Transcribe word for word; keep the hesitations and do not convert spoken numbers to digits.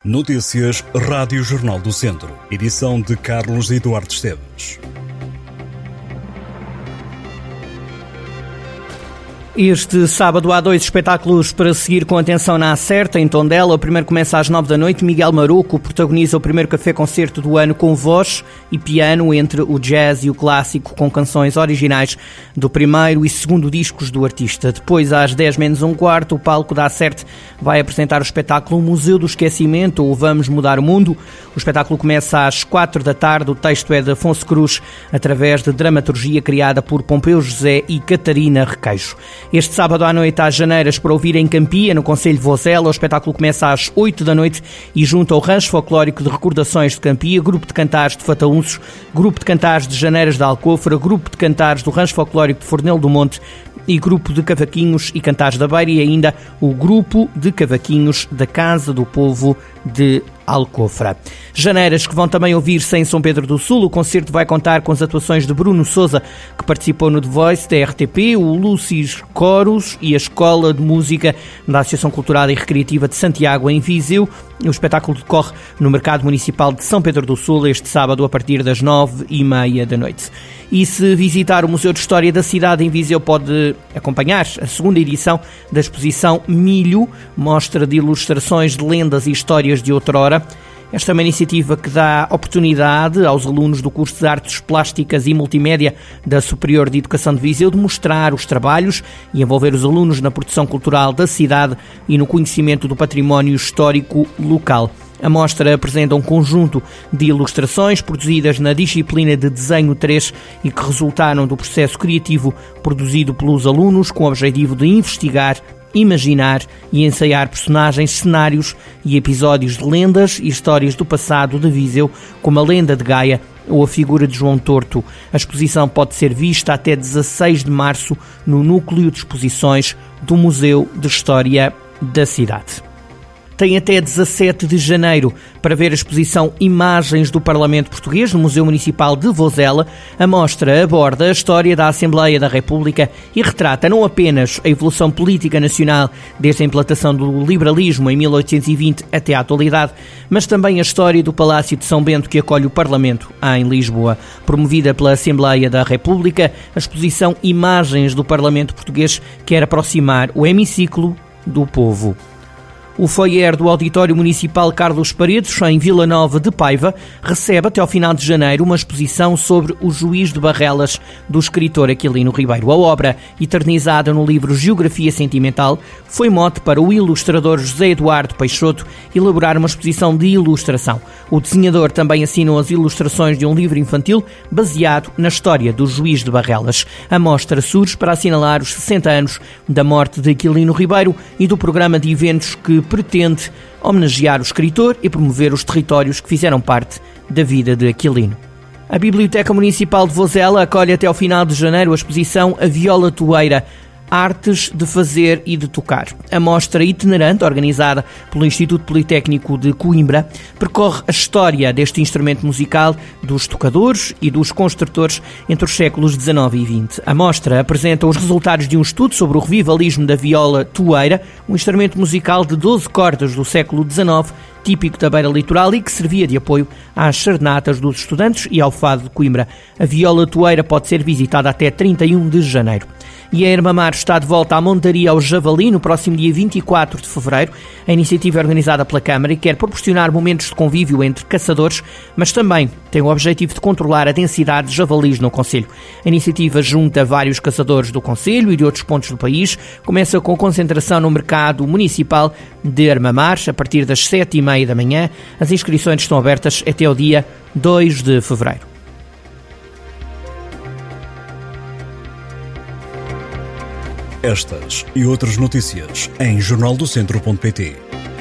Notícias Rádio Jornal do Centro. Edição de Carlos Eduardo Esteves. Este sábado há dois espetáculos para seguir com atenção na Acerta, em Tondela. O primeiro começa às nove da noite. Miguel Maruco protagoniza o primeiro café-concerto do ano com voz e piano entre o jazz e o clássico, com canções originais do primeiro e segundo discos do artista. Depois, às dez menos um quarto, o palco da Acerta vai apresentar o espetáculo Museu do Esquecimento, ou Vamos Mudar o Mundo. O espetáculo começa às quatro da tarde. O texto é de Afonso Cruz, através de dramaturgia criada por Pompeu José e Catarina Requeijo. Este sábado à noite há janeiras para ouvir em Campia, no concelho de Vozela. O espetáculo começa às oito da noite e junta o Rancho Folclórico de Recordações de Campia, Grupo de Cantares de Fataúnços, Grupo de Cantares de Janeiras da Alcofra, Grupo de Cantares do Rancho Folclórico de Fornelo do Monte e Grupo de Cavaquinhos e Cantares da Beira, e ainda o Grupo de Cavaquinhos da Casa do Povo de Alcofra. Janeiras que vão também ouvir-se em São Pedro do Sul. O concerto vai contar com as atuações de Bruno Sousa, que participou no The Voice da R T P, o Lucis Coros e a Escola de Música da Associação Cultural e Recreativa de Santiago, em Viseu. O espetáculo decorre no Mercado Municipal de São Pedro do Sul este sábado a partir das nove e meia da noite. E se visitar o Museu de História da cidade em Viseu, pode acompanhar a segunda edição da exposição Milho, mostra de ilustrações de lendas e histórias de outrora. Esta é uma iniciativa que dá oportunidade aos alunos do curso de Artes Plásticas e Multimédia da Superior de Educação de Viseu de mostrar os trabalhos e envolver os alunos na produção cultural da cidade e no conhecimento do património histórico local. A mostra apresenta um conjunto de ilustrações produzidas na disciplina de Desenho três e que resultaram do processo criativo produzido pelos alunos com o objetivo de investigar, imaginar e ensaiar personagens, cenários e episódios de lendas e histórias do passado de Viseu, como a lenda de Gaia ou a figura de João Torto. A exposição pode ser vista até dezasseis de março no Núcleo de Exposições do Museu de História da cidade. Tem até dezassete de janeiro para ver a exposição Imagens do Parlamento Português no Museu Municipal de Vozela. A mostra aborda a história da Assembleia da República e retrata não apenas a evolução política nacional desde a implantação do liberalismo em mil oitocentos e vinte até à atualidade, mas também a história do Palácio de São Bento que acolhe o Parlamento em Lisboa. Promovida pela Assembleia da República, a exposição Imagens do Parlamento Português quer aproximar o hemiciclo do povo. O foyer do Auditório Municipal Carlos Paredes, em Vila Nova de Paiva, recebe até ao final de janeiro uma exposição sobre o Juiz de Barrelas, do escritor Aquilino Ribeiro. A obra, eternizada no livro Geografia Sentimental, foi mote para o ilustrador José Eduardo Peixoto elaborar uma exposição de ilustração. O desenhador também assinou as ilustrações de um livro infantil baseado na história do Juiz de Barrelas. A mostra surge para assinalar os sessenta anos da morte de Aquilino Ribeiro e do programa de eventos que pretende homenagear o escritor e promover os territórios que fizeram parte da vida de Aquilino. A Biblioteca Municipal de Vozela acolhe até ao final de janeiro a exposição A Viola Toeira, Artes de Fazer e de Tocar. A mostra itinerante, organizada pelo Instituto Politécnico de Coimbra, percorre a história deste instrumento musical, dos tocadores e dos construtores entre os séculos dezanove e vinte. A mostra apresenta os resultados de um estudo sobre o revivalismo da viola toeira, um instrumento musical de doze cordas do século dezanove, típico da beira litoral e que servia de apoio às serenatas dos estudantes e ao fado de Coimbra. A viola toeira pode ser visitada até trinta e um de janeiro. E a Ermamar está de volta à montaria ao Javali no próximo dia vinte e quatro de fevereiro. A iniciativa é organizada pela Câmara e quer proporcionar momentos de convívio entre caçadores, mas também tem o objetivo de controlar a densidade de javalis no concelho. A iniciativa junta vários caçadores do concelho e de outros pontos do país. Começa com concentração no mercado municipal de Ermamar a partir das sete e meia da manhã. As inscrições estão abertas até o dia dois de fevereiro. Estas e outras notícias em jornal do centro ponto pt.